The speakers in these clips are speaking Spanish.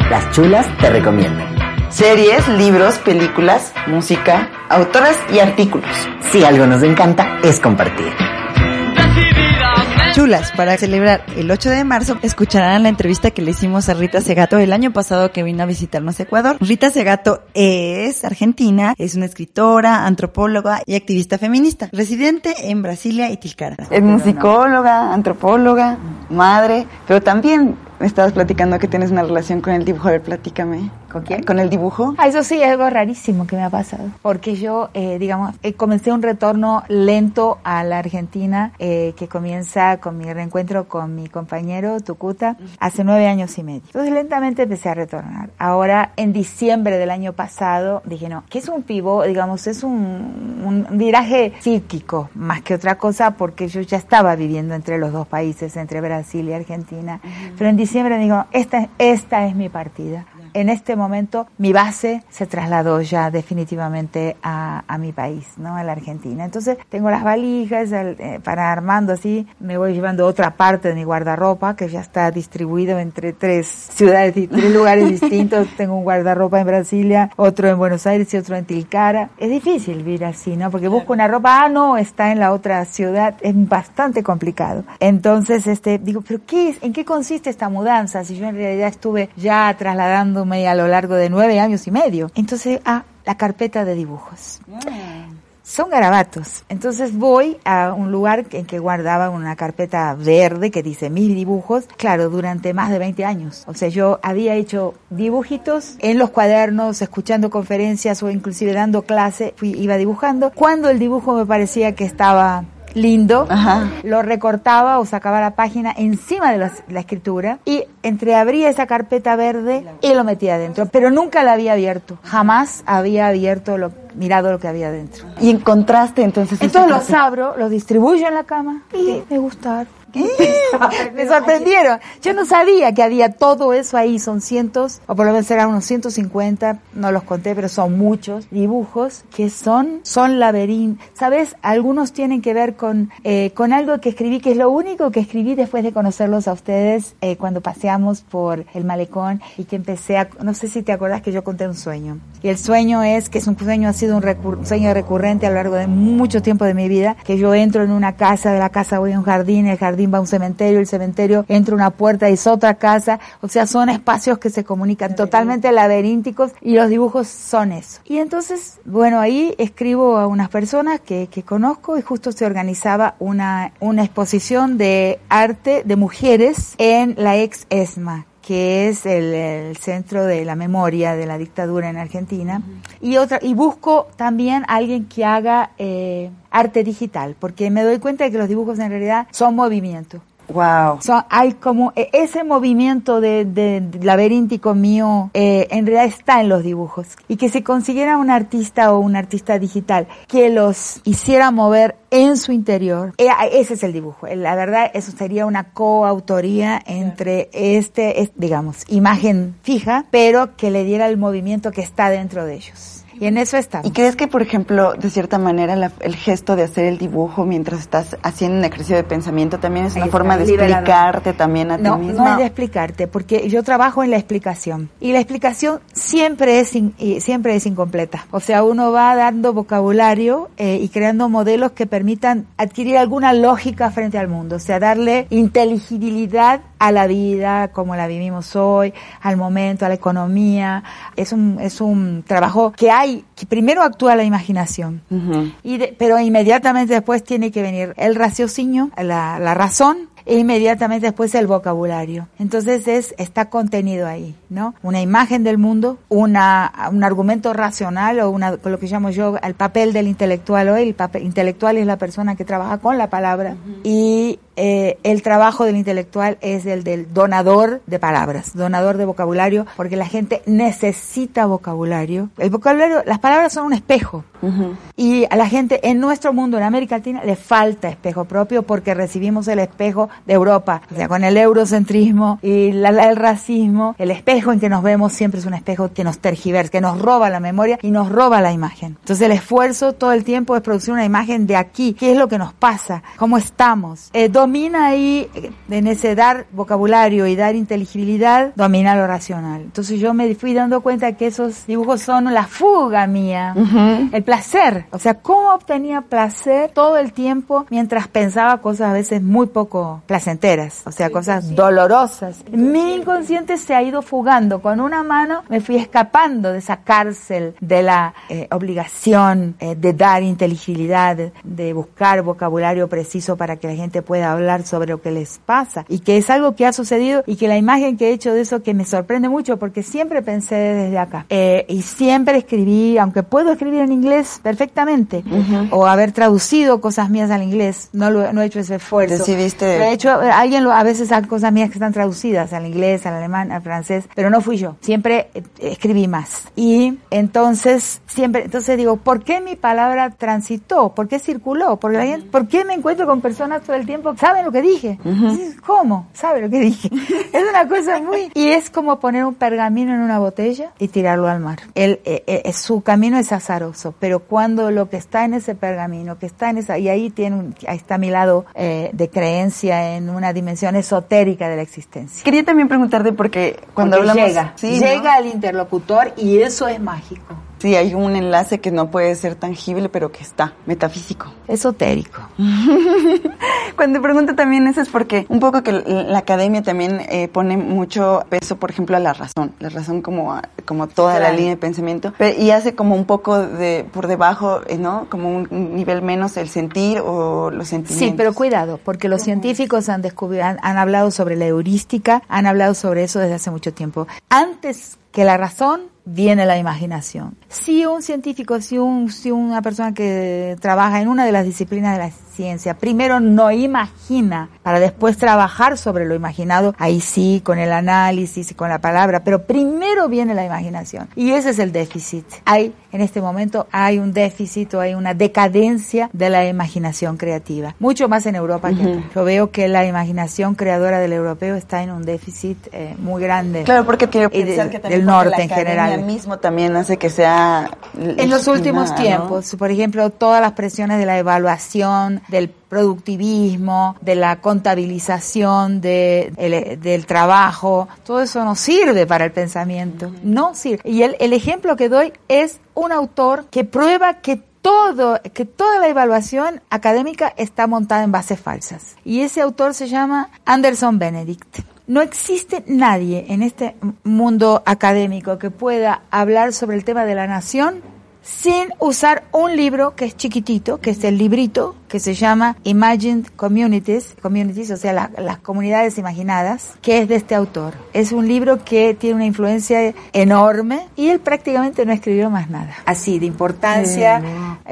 las chulas te recomiendan. Series, libros, películas, música, autoras y artículos. Si algo nos encanta es compartir. Chulas, para celebrar el 8 de marzo, escucharán la entrevista que le hicimos a Rita Segato el año pasado que vino a visitarnos a Ecuador. Rita Segato es argentina, es una escritora, antropóloga y activista feminista, residente en Brasilia y Tilcara. Es musicóloga, antropóloga, madre, pero también me estabas platicando que tienes una relación con el dibujo. A ver, platícame. ¿Con quién? Con el dibujo. Eso sí, es algo rarísimo que me ha pasado. Porque yo, comencé un retorno lento a la Argentina, que comienza con mi reencuentro con mi compañero Tucuta hace 9 años y medio. Entonces lentamente empecé a retornar. Ahora, en diciembre del año pasado, dije no, que es un pivot, es un viraje psíquico, más que otra cosa, porque yo ya estaba viviendo entre los dos países, entre Brasil y Argentina. Pero en diciembre digo, esta es mi partida. En este momento mi base se trasladó ya definitivamente a mi país, ¿no? A la Argentina. Entonces tengo las valijas para armando así, me voy llevando otra parte de mi guardarropa que ya está distribuido entre 3 ciudades y 3 lugares distintos. Tengo un guardarropa en Brasilia, otro en Buenos Aires y otro en Tilcara. Es difícil vivir así, ¿no? Porque busco una ropa, no, está en la otra ciudad, es bastante complicado. Entonces, digo, ¿pero qué es? ¿En qué consiste esta mudanza? Si yo en realidad estuve ya trasladándome a lo largo de 9 años y medio. Entonces, la carpeta de dibujos. Son garabatos. Entonces voy a un lugar en que guardaba una carpeta verde que dice mis dibujos, claro, durante más de 20 años. O sea, yo había hecho dibujitos en los cuadernos, escuchando conferencias o inclusive dando clase, iba dibujando. Cuando el dibujo me parecía que estaba lindo, lo recortaba o sacaba la página encima de la escritura y entreabría esa carpeta verde y lo metía adentro, pero nunca la había abierto, jamás había abierto mirado lo que había dentro. Y encontraste entonces los abro, los distribuyo en la cama y me gustaron. Me sorprendieron. Yo no sabía que había todo eso ahí. Son cientos, o por lo menos eran unos 150, no los conté, pero son muchos dibujos que son laberintos. ¿Sabes? Algunos tienen que ver con algo que escribí, que es lo único que escribí después de conocerlos a ustedes, cuando paseamos por el malecón y que empecé no sé si te acordás que yo conté un sueño. Y el sueño ha sido un sueño recurrente a lo largo de mucho tiempo de mi vida, que yo entro en una casa, de la casa voy a un jardín, el jardín va a un cementerio, el cementerio entra una puerta y es otra casa. O sea, son espacios que se comunican totalmente laberínticos y los dibujos son eso. Y entonces, bueno, ahí escribo a unas personas que conozco y justo se organizaba una exposición de arte de mujeres en la ex ESMA, que es el centro de la memoria de la dictadura en Argentina, y busco también a alguien que haga arte digital, porque me doy cuenta de que los dibujos en realidad son movimiento. Wow. Hay como ese movimiento de laberíntico mío, en realidad está en los dibujos. Y que se consiguiera un artista o un artista digital que los hiciera mover en su interior, ese es el dibujo. La verdad, eso sería una coautoría entre imagen fija, pero que le diera el movimiento que está dentro de ellos. Y en eso estamos. ¿Y crees que, por ejemplo, de cierta manera, el gesto de hacer el dibujo mientras estás haciendo un ejercicio de pensamiento también es una forma de explicarte también a ti mismo? No es de explicarte, porque yo trabajo en la explicación. Y la explicación siempre es incompleta. O sea, uno va dando vocabulario y creando modelos que permitan adquirir alguna lógica frente al mundo. O sea, darle inteligibilidad a la vida como la vivimos hoy, al momento, a la economía. Es un trabajo que primero actúa la imaginación, pero inmediatamente después tiene que venir el raciocinio, la razón, e inmediatamente después el vocabulario. Entonces está contenido ahí, ¿no? Una imagen del mundo, un argumento racional o lo que llamo yo el papel del intelectual hoy. El intelectual es la persona que trabaja con la palabra y el trabajo del intelectual es el del donador de palabras, donador de vocabulario, porque la gente necesita vocabulario. El vocabulario, las palabras son un espejo. Y a la gente en nuestro mundo, en América Latina, le falta espejo propio porque recibimos el espejo de Europa. O sea, con el eurocentrismo y el racismo, el espejo en que nos vemos siempre es un espejo que nos tergiversa, que nos roba la memoria y nos roba la imagen. Entonces el esfuerzo todo el tiempo es producir una imagen de aquí. ¿Qué es lo que nos pasa? ¿Cómo estamos? 2 domina ahí, en ese dar vocabulario y dar inteligibilidad, domina lo racional. Entonces yo me fui dando cuenta que esos dibujos son la fuga mía, el placer. O sea, cómo obtenía placer todo el tiempo mientras pensaba cosas a veces muy poco placenteras, o sea, cosas dolorosas. Mi inconsciente se ha ido fugando. Con una mano me fui escapando de esa cárcel de la obligación de dar inteligibilidad, de buscar vocabulario preciso para que la gente pueda hablar sobre lo que les pasa, y que es algo que ha sucedido, y que la imagen que he hecho de eso que me sorprende mucho, porque siempre pensé desde acá, y siempre escribí, aunque puedo escribir en inglés perfectamente, o haber traducido cosas mías al inglés, no he hecho ese esfuerzo. Decidiste. De hecho, a veces hay cosas mías que están traducidas al inglés, al alemán, al francés, pero no fui yo. Siempre escribí más. Y entonces digo, ¿por qué mi palabra transitó? ¿Por qué circuló? ¿Por qué me encuentro con personas todo el tiempo que saben lo que dije? ¿Cómo? ¿Sabe lo que dije? Es una cosa y es como poner un pergamino en una botella y tirarlo al mar. Su camino es azaroso, pero cuando lo que está en ese pergamino, y ahí está mi lado de creencia en una dimensión esotérica de la existencia. Quería también preguntarte porque cuando hablamos... Llega al interlocutor, y eso es mágico. Sí, hay un enlace que no puede ser tangible, pero que está, metafísico. Esotérico. Cuando pregunto también eso es porque un poco que la academia también pone mucho peso, por ejemplo, a la razón como toda la línea de pensamiento, y hace como un poco por debajo, ¿no? Como un nivel menos el sentir o los sentimientos. Sí, pero cuidado, porque los científicos han hablado sobre la heurística, han hablado sobre eso desde hace mucho tiempo. Antes que la razón viene la imaginación. Si un científico, si una persona que trabaja en una de las disciplinas de la ciencia, primero no imagina para después trabajar sobre lo imaginado, ahí sí, con el análisis y con la palabra, pero primero viene la imaginación. Y ese es el déficit. En este momento hay un déficit o hay una decadencia de la imaginación creativa. Mucho más en Europa que acá. Yo veo que la imaginación creadora del europeo está en un déficit muy grande. Claro, porque quiero pensar que también del norte en general. El mismo también hace que sea... En los últimos tiempos, ¿no? Por ejemplo, todas las presiones de la evaluación, del productivismo, de la contabilización del trabajo, todo eso no sirve para el pensamiento, no sirve. Y el ejemplo que doy es un autor que prueba que toda la evaluación académica está montada en bases falsas. Y ese autor se llama Anderson Benedict. No existe nadie en este mundo académico que pueda hablar sobre el tema de la nación sin usar un libro que es chiquitito, que es el librito que se llama Imagined Communities, o sea, las comunidades imaginadas, que es de este autor. Es un libro que tiene una influencia enorme y él prácticamente no escribió más nada. Así, de importancia,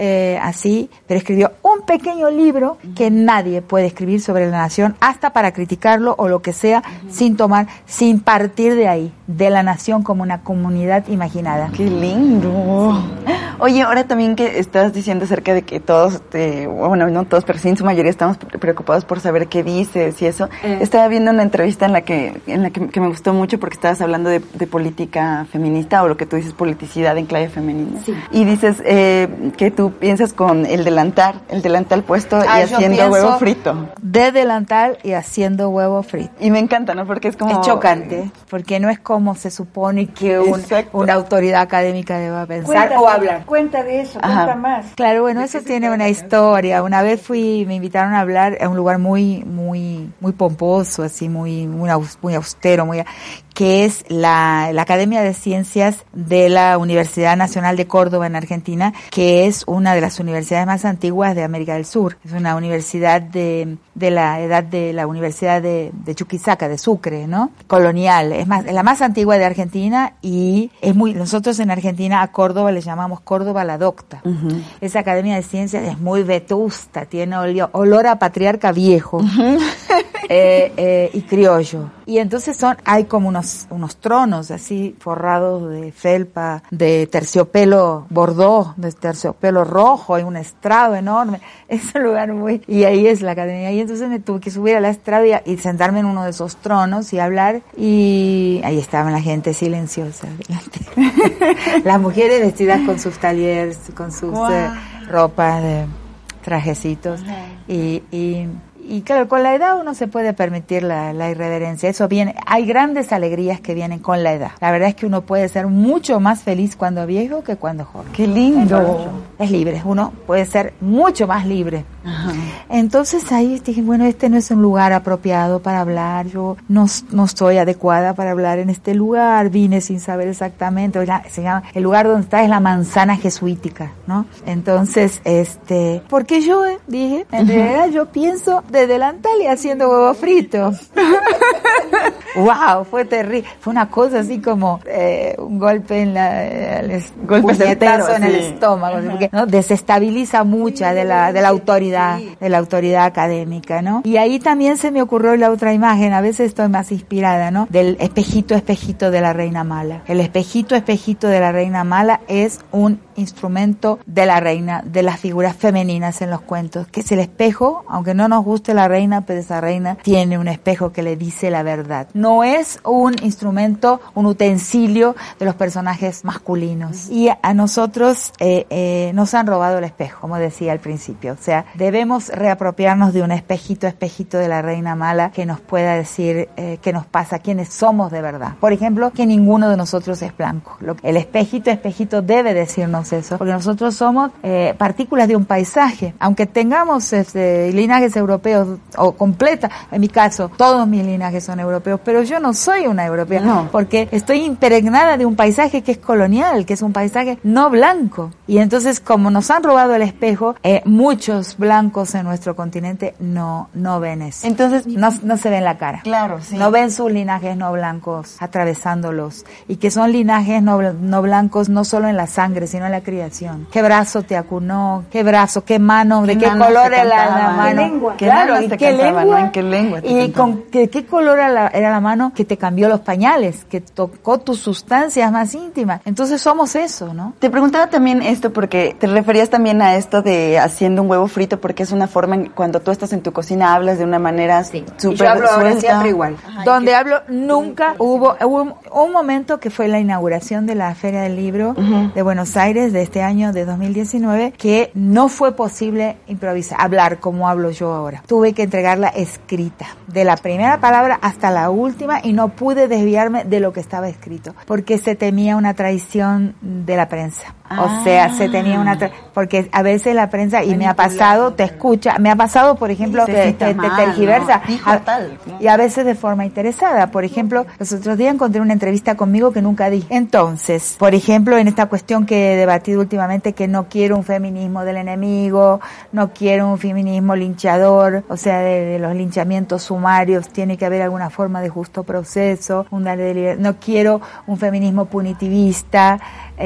así, pero escribió un pequeño libro que nadie puede escribir sobre la nación, hasta para criticarlo o lo que sea, sin partir de ahí, de la nación como una comunidad imaginada. ¡Qué lindo! Oye, ahora también que estás diciendo acerca de que todos, no todos, pero sí en su mayoría estamos preocupados por saber qué dices y eso. Estaba viendo una entrevista en la que me gustó mucho porque estabas hablando de política feminista, o lo que tú dices, politicidad en clave femenina. Sí. Y dices que tú piensas con el delantal puesto y haciendo huevo frito. De delantal y haciendo huevo frito. Y me encanta, ¿no? Porque es como... Es chocante, porque no es como se supone que una autoridad académica deba pensar o hablar. Cuenta de eso, cuenta más. Claro, bueno, eso tiene una historia. Una vez me invitaron a hablar a un lugar muy pomposo, así, muy austero, que es la Academia de Ciencias de la Universidad Nacional de Córdoba en Argentina, que es una de las universidades más antiguas de América del Sur. Es una universidad de la edad de la Universidad de Chuquisaca, de Sucre, ¿no? Colonial. Es la más antigua de Argentina, y nosotros en Argentina a Córdoba le llamamos Córdoba la Docta. Uh-huh. Esa Academia de Ciencias es muy vetusta, tiene olor a patriarca viejo. Uh-huh. Y criollo. Y entonces hay como unos tronos así forrados de felpa, de terciopelo bordó, de terciopelo rojo, hay un estrado enorme. Es un lugar y ahí es la academia. Y entonces me tuve que subir a la estrada y sentarme en uno de esos tronos y hablar, y ahí estaba la gente silenciosa delante. Las mujeres vestidas con sus talleres, con sus ropas de trajecitos, y y claro, con la edad uno se puede permitir la irreverencia. Eso viene, hay grandes alegrías que vienen con la edad. La verdad es que uno puede ser mucho más feliz cuando viejo que cuando joven. ¡Qué lindo! Es libre, uno puede ser mucho más libre. Ajá. Entonces ahí dije, bueno, este no es un lugar apropiado para hablar, yo no estoy adecuada para hablar en este lugar, vine sin saber exactamente, se llama, el lugar donde está es la manzana jesuítica, ¿no? Entonces, porque yo dije, en realidad yo pienso de delantal y haciendo huevo frito. Wow, fue terrible, fue una cosa así como un golpe en golpe certero en el estómago, porque, ¿no? Desestabiliza mucha de la autoridad académica, ¿no? Y ahí también se me ocurrió la otra imagen, a veces estoy más inspirada, ¿no? Del espejito de la reina mala. El espejito de la reina mala es un instrumento de la reina, de las figuras femeninas en los cuentos, que es el espejo, aunque no nos guste la reina, pero esa reina tiene un espejo que le dice la verdad. No es un instrumento, un utensilio de los personajes masculinos. Y a nosotros nos han robado el espejo, como decía al principio. O sea, debemos reapropiarnos de un espejito de la reina mala que nos pueda decir qué nos pasa, quiénes somos de verdad. Por ejemplo, que ninguno de nosotros es blanco. El espejito debe decirnos eso, porque nosotros somos partículas de un paisaje. Aunque tengamos linajes europeos o completa, en mi caso, todos mis linajes son europeos, pero yo no soy una europea, no, porque estoy impregnada de un paisaje que es colonial, que es un paisaje no blanco. Y entonces, como nos han robado el espejo, muchos blancos en nuestro continente no ven eso. Entonces, no se ven la cara. Claro, sí. No ven sus linajes no blancos atravesándolos, y que son linajes no blancos no solo en la sangre, sino en la criación. ¿Qué brazo te acunó? ¿Qué brazo? ¿Qué mano? ¿De qué color era la mano? ¿Qué lengua? Claro, ¿y qué lengua? ¿No? ¿En qué lengua te ¿Y cantaba? con qué color era la mano que te cambió los pañales, que tocó tus sustancias más íntimas? Entonces somos eso, ¿no? Te preguntaba también esto porque te referías también a esto de haciendo un huevo frito, porque es una forma cuando tú estás en tu cocina hablas de una manera súper yo hablo ahora suelta. siempre igual. Ajá, donde hablo nunca hubo un momento que fue la inauguración de la Feria del Libro de Buenos Aires de este año de 2019, que no fue posible improvisar, hablar como hablo yo ahora. Tuve que entregarla escrita, de la primera palabra hasta la última, y no pude desviarme de lo que estaba escrito, porque se temía una traición de la prensa. O sea, se tenía porque a veces la prensa, y me ha pasado, te escucha, me ha pasado, por ejemplo, te tergiversa, ¿no? Y a veces de forma interesada. Por ejemplo, los otros días encontré una entrevista conmigo que nunca di. Entonces, por ejemplo, en esta cuestión que he debatido últimamente, que no quiero un feminismo del enemigo, no quiero un feminismo linchador, o sea, de los linchamientos sumarios, tiene que haber alguna forma de justo proceso, no quiero un feminismo punitivista,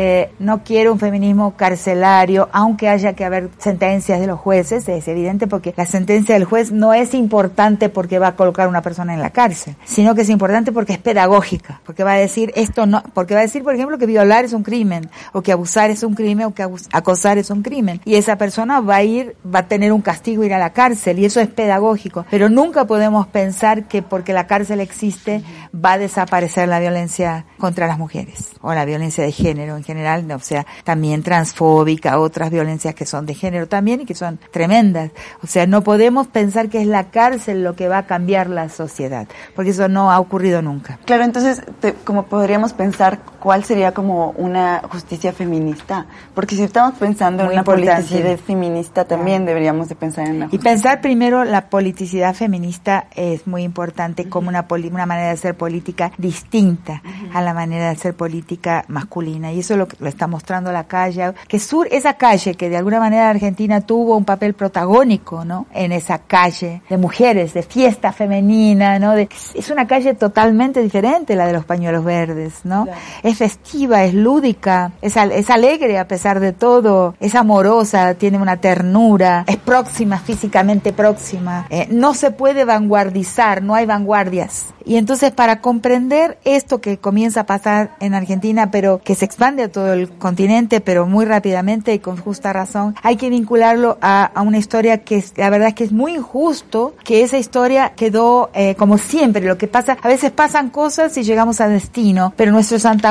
no quiero un feminismo carcelario, aunque haya que haber sentencias de los jueces. Es evidente, porque la sentencia del juez no es importante porque va a colocar a una persona en la cárcel, sino que es importante porque es pedagógica, porque va a decir esto no, porque va a decir, por ejemplo, que violar es un crimen, o que abusar es un crimen, o que acosar es un crimen, y esa persona va a tener un castigo, ir a la cárcel, y eso es pedagógico. Pero nunca podemos pensar que porque la cárcel existe va a desaparecer la violencia contra las mujeres, o la violencia de género en general, o sea, también transfóbica, otras violencias que son de género también y que son tremendas. O sea, no podemos pensar que es la cárcel lo que va a cambiar la sociedad, porque eso no ha ocurrido nunca. Claro, entonces, como podríamos pensar cuál sería como una justicia feminista, porque si estamos pensando en una politicidad feminista, también deberíamos de pensar en una justicia. Y pensar primero la politicidad feminista es muy importante, como una manera de hacer política distinta a la manera de hacer política masculina, y eso lo está mostrando la calle, esa calle que de alguna manera Argentina tuvo un papel protagónico, ¿no? En esa calle de mujeres, de fiesta femenina, ¿no? Es una calle totalmente diferente la de los pañuelos verdes, ¿no? Claro. Es festiva, es lúdica, es alegre a pesar de todo, es amorosa, tiene una ternura, es próxima, físicamente próxima, no se puede vanguardizar, no hay vanguardias. Y entonces, para comprender esto que comienza a pasar en Argentina, pero que se expande a todo el continente, pero muy rápidamente y con justa razón, hay que vincularlo a una historia que la verdad es que es muy injusto que esa historia quedó como siempre. Lo que pasa, a veces pasan cosas y llegamos a destino, pero nuestros antagonistas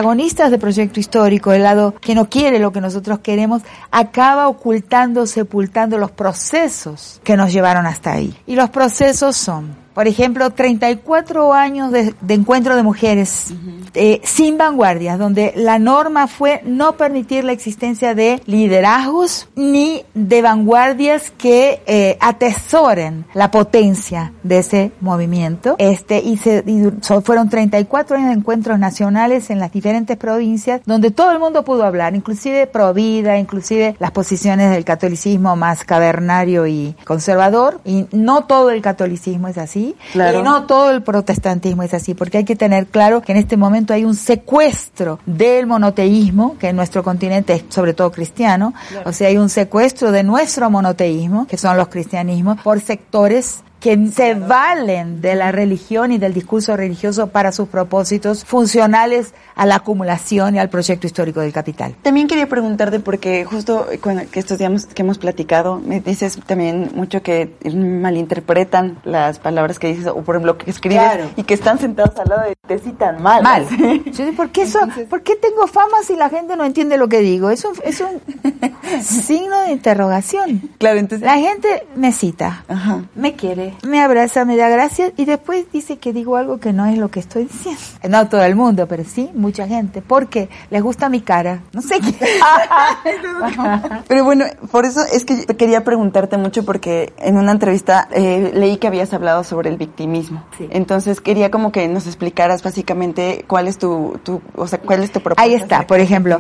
protagonistas del proyecto histórico, el lado que no quiere lo que nosotros queremos, acaba ocultando, sepultando los procesos que nos llevaron hasta ahí. Y los procesos son, por ejemplo, 34 años de encuentro de mujeres sin vanguardias, donde la norma fue no permitir la existencia de liderazgos ni de vanguardias que atesoren la potencia de ese movimiento. Fueron 34 años de encuentros nacionales en las diferentes provincias, donde todo el mundo pudo hablar, inclusive Provida, inclusive las posiciones del catolicismo más cavernario y conservador, y no todo el catolicismo es así. Claro. Y no todo el protestantismo es así, porque hay que tener claro que en este momento hay un secuestro del monoteísmo, que en nuestro continente es sobre todo cristiano, claro. O sea, hay un secuestro de nuestro monoteísmo, que son los cristianismos, por sectores que se valen de la religión y del discurso religioso para sus propósitos funcionales a la acumulación y al proyecto histórico del capital. También quería preguntarte, porque justo que estos días que hemos platicado, me dices también mucho que malinterpretan las palabras que dices, o por ejemplo que escribes, claro. Y que están sentados al lado de te citan mal. Mal. Yo digo, ¿por qué tengo fama si la gente no entiende lo que digo? Es un signo de interrogación. Claro, entonces la gente me cita, ajá. Me quiere, me abraza, me da gracias y después dice que digo algo que no es lo que estoy diciendo. No todo el mundo, pero sí mucha gente, porque les gusta mi cara. No sé qué. Pero bueno, por eso es que quería preguntarte mucho, porque en una entrevista leí que habías hablado sobre el victimismo. Sí. Entonces quería como que nos explicaras básicamente cuál es tu propuesta. Ahí está, por ejemplo,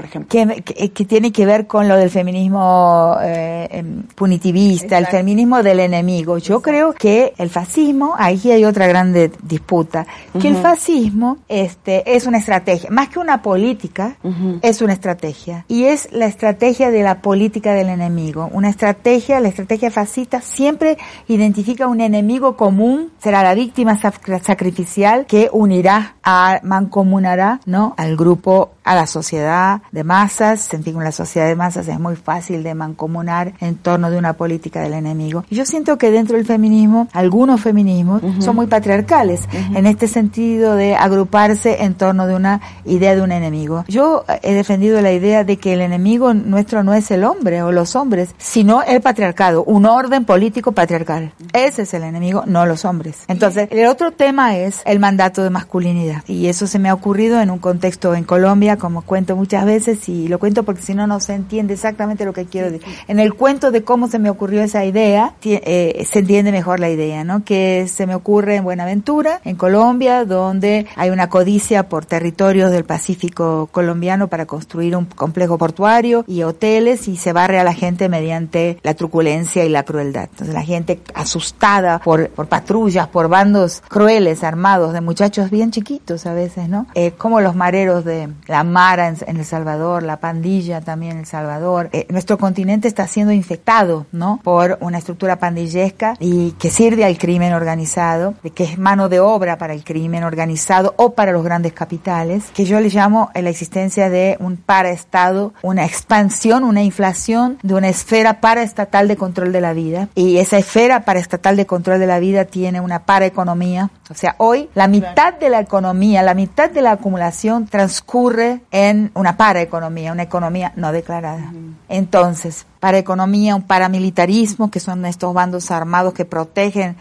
que tiene que ver con lo del feminismo punitivista, exacto. El feminismo del enemigo. Yo exacto. Creo que el fascismo, ahí hay otra grande disputa, que el fascismo es una estrategia, más que una política, es una estrategia, y es la estrategia de la política del enemigo. La estrategia fascista siempre identifica un enemigo común, será la víctima sacrificial que unirá, mancomunará, ¿no?, al grupo, a la sociedad de masas. Sentir que en la sociedad de masas es muy fácil de mancomunar en torno de una política del enemigo. Y yo siento que dentro del feminismo, algunos feminismos son muy patriarcales, en este sentido de agruparse en torno de una idea de un enemigo. Yo he defendido la idea de que el enemigo nuestro no es el hombre o los hombres, sino el patriarcado, un orden político patriarcal. Ese es el enemigo, no los hombres. Entonces, el otro tema es el mandato de masculinidad. Y eso se me ha ocurrido en un contexto en Colombia, como cuento muchas veces, y lo cuento porque si no, no se entiende exactamente lo que quiero decir. En el cuento de cómo se me ocurrió esa idea, se entiende mejor la idea, ¿no? Que se me ocurre en Buenaventura, en Colombia, donde hay una codicia por territorios del Pacífico colombiano para construir un complejo portuario y hoteles, y se barre a la gente mediante la truculencia y la crueldad. Entonces la gente asustada por patrullas, por bandos crueles, armados, de muchachos bien chiquitos a veces, ¿no? Como los mareros de la Mara en El Salvador, la pandilla también en El Salvador. Nuestro continente está siendo infectado, ¿no?, por una estructura pandillesca y que sirve al crimen organizado, que es mano de obra para el crimen organizado o para los grandes capitales, que yo le llamo la existencia de un paraestado, una expansión, una inflación de una esfera paraestatal de control de la vida. Y esa esfera paraestatal de control de la vida tiene una paraeconomía. O sea, hoy la mitad de la economía, la mitad de la acumulación transcurre en una paraeconomía, una economía no declarada. Entonces, paraeconomía, un paramilitarismo, que son estos bandos armados que protegen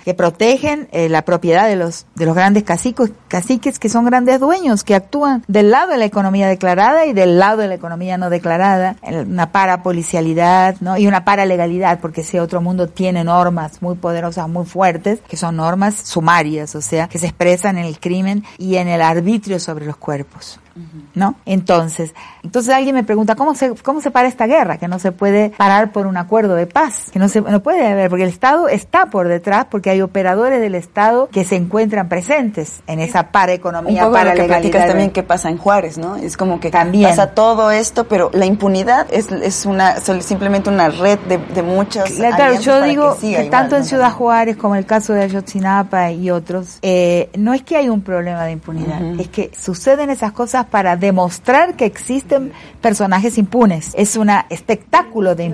la propiedad de los grandes caciques que son grandes dueños, que actúan del lado de la economía declarada y del lado de la economía no declarada, una parapolicialidad, ¿no?, y una paralegalidad, porque ese otro mundo tiene normas muy poderosas, muy fuertes, que son normas sumarias, o sea, que se expresan en el crimen y en el arbitrio sobre los cuerpos, ¿no? Entonces alguien me pregunta, ¿cómo se para esta guerra? Que no se puede parar por un acuerdo de paz, que no puede haber, porque el Estado está por detrás, porque hay operadores del Estado que se encuentran presentes en esa paraeconomía, un poco lo que platicas también que pasa en Juárez, ¿no? Es como que también pasa todo esto, pero la impunidad es simplemente una red de muchas. Claro, yo digo que tanto en Ciudad Juárez como el caso de Ayotzinapa y otros, no es que hay un problema de impunidad, es que suceden esas cosas para demostrar que existen personajes impunes. Es un espectáculo de impunidad.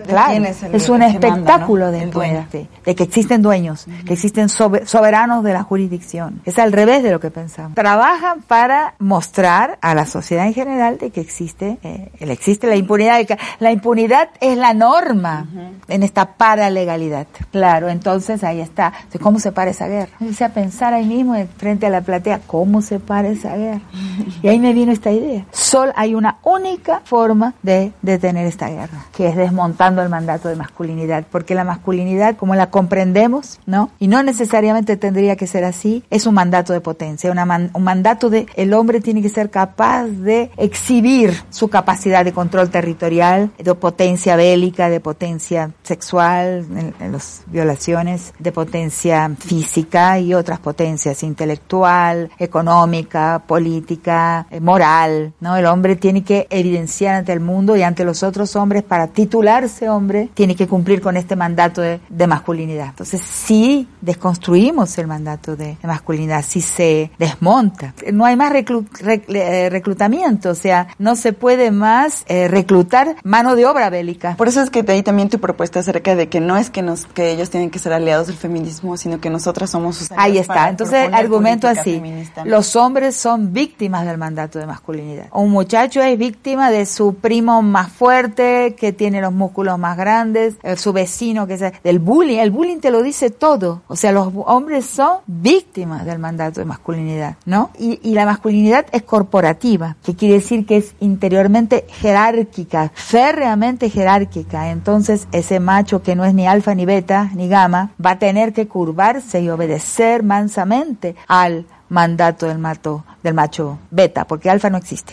Claro, es un espectáculo manda, ¿no? Del dueño, de que existen dueños, que existen soberanos de la jurisdicción. Es al revés de lo que pensamos. Trabajan para mostrar a la sociedad en general de que existe la impunidad. La impunidad es la norma en esta paralegalidad. Claro, entonces ahí está. Entonces, ¿cómo se para esa guerra? Empecé a pensar ahí mismo frente a la platea, ¿cómo se para esa guerra? Y ahí me vino esta idea. Solo hay una única forma de detener esta guerra, que es desmontando el mandato de masculinidad, porque la masculinidad, como la comprendemos, ¿no? Y no necesariamente tendría que ser así, es un mandato de potencia, un mandato de el hombre tiene que ser capaz de exhibir su capacidad de control territorial, de potencia bélica, de potencia sexual, en las violaciones, de potencia física y otras potencias, intelectual, económica, política, moral, ¿no? El hombre tiene que evidenciar ante el mundo y ante los otros hombres, para titularse hombre, tiene que cumplir con este mandato de masculinidad. Entonces, si desconstruimos el mandato de masculinidad, si se desmonta, no hay más reclutamiento, o sea, no se puede más reclutar mano de obra bélica. Por eso es que de ahí también tu propuesta acerca de que no es que ellos tienen que ser aliados del feminismo, sino que nosotras somos sus aliados. Ahí está. Entonces, argumento así. Feminista, ¿no? Los hombres son víctimas del mandato de masculinidad. Un muchacho es víctima de su primo más fuerte, que tiene los músculos más grandes, su vecino, del bullying. El bullying te lo dice todo. O sea, los hombres son víctimas del mandato de masculinidad, ¿no? Y la masculinidad es corporativa, que quiere decir que es interiormente jerárquica, férreamente jerárquica. Entonces, ese macho que no es ni alfa, ni beta, ni gamma, va a tener que curvarse y obedecer mansamente al mandato del macho beta, porque alfa no existe.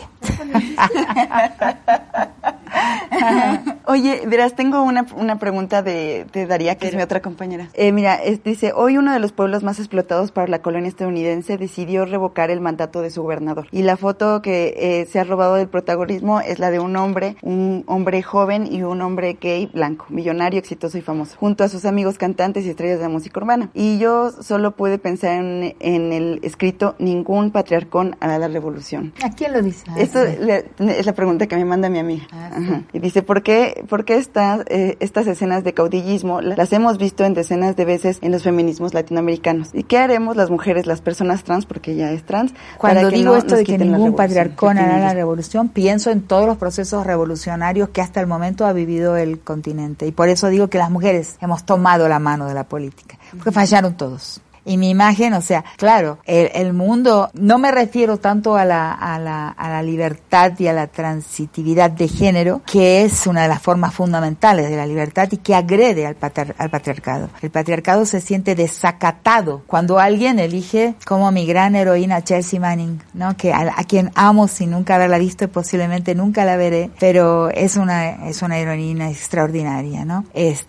Oye, verás, tengo una pregunta de Daría, que es mi otra compañera. Mira, dice, hoy uno de los pueblos más explotados para la colonia estadounidense decidió revocar el mandato de su gobernador. Y la foto que se ha robado del protagonismo es la de un hombre joven y un hombre gay blanco, millonario, exitoso y famoso, junto a sus amigos cantantes y estrellas de la música urbana. Y yo solo pude pensar en el escrito "Ningún patriarcón hará la revolución". ¿A quién lo dice? Esto es la pregunta que me manda mi amiga. Sí. Y dice, ¿por qué estas escenas de caudillismo las hemos visto en decenas de veces en los feminismos latinoamericanos? ¿Y qué haremos las mujeres, las personas trans, porque ella es trans? Cuando digo esto de que ningún patriarcón hará la revolución, pienso en todos los procesos revolucionarios que hasta el momento ha vivido el continente. Y por eso digo que las mujeres hemos tomado la mano de la política, porque fallaron todos. Y mi imagen, o sea, claro, el mundo, no me refiero tanto a la libertad y a la transitividad de género, que es una de las formas fundamentales de la libertad y que agrede al patriarcado. El patriarcado se siente desacatado cuando alguien elige, como mi gran heroína Chelsea Manning, ¿no? Que a quien amo sin nunca haberla visto y posiblemente nunca la veré, pero es una heroína extraordinaria, ¿no?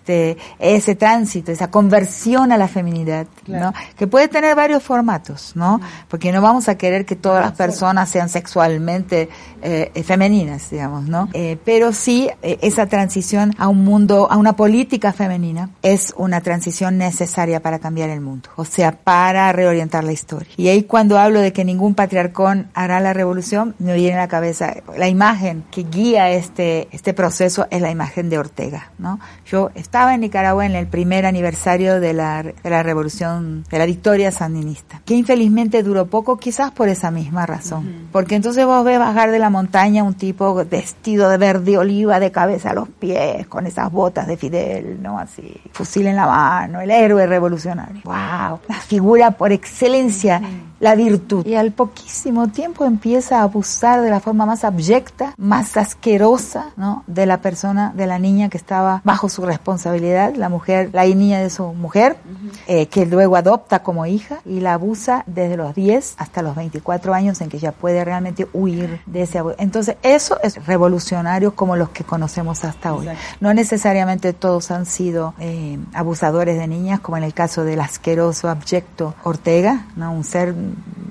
Ese tránsito, esa conversión a la feminidad, claro, ¿no? Que puede tener varios formatos, ¿no? Porque no vamos a querer que todas las personas sean sexualmente femeninas, digamos, ¿no? Pero sí, esa transición a un mundo, a una política femenina, es una transición necesaria para cambiar el mundo, o sea, para reorientar la historia. Y ahí, cuando hablo de que ningún patriarcón hará la revolución, me viene a la cabeza la imagen que guía este proceso, es la imagen de Ortega, ¿no? Yo estaba en Nicaragua en el primer aniversario de la revolución, de la victoria sandinista, que infelizmente duró poco, quizás por esa misma razón, porque entonces vos ves bajar de la montaña un tipo vestido de verde oliva de cabeza a los pies, con esas botas de Fidel, ¿no? Así, fusil en la mano, el héroe revolucionario. ¡Wow! La figura por excelencia, la virtud. Y al poquísimo tiempo empieza a abusar de la forma más abyecta, más asquerosa, ¿no? De la persona, de la niña que estaba bajo su responsabilidad, la mujer, la niña de su mujer, que luego adopta como hija, y la abusa desde los 10 hasta los 24 años en que ella puede realmente huir de ese abuso. Entonces, eso es revolucionario como los que conocemos hasta hoy. Exacto. No necesariamente todos han sido abusadores de niñas, como en el caso del asqueroso, abyecto Ortega, ¿no? Un ser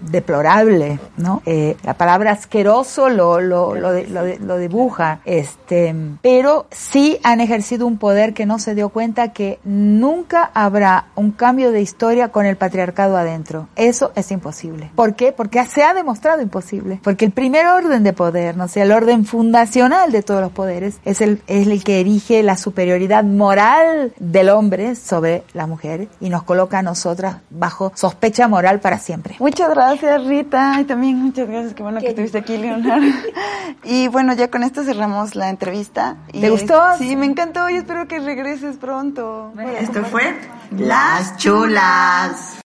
deplorable, ¿no? La palabra asqueroso lo dibuja, pero sí han ejercido un poder que no se dio cuenta que nunca habrá un cambio de historia con el patriarcado adentro. Eso es imposible. ¿Por qué? Porque se ha demostrado imposible. Porque el primer orden de poder, no sé, el orden fundacional de todos los poderes, es el que erige la superioridad moral del hombre sobre la mujer y nos coloca a nosotras bajo sospecha moral para siempre. Muchas gracias, Rita, y también muchas gracias, qué bueno que estuviste aquí, Leonardo. Y bueno, ya con esto cerramos la entrevista. ¿Te gustó? Sí, me encantó y espero que regreses pronto. Esto fue Las Chulas.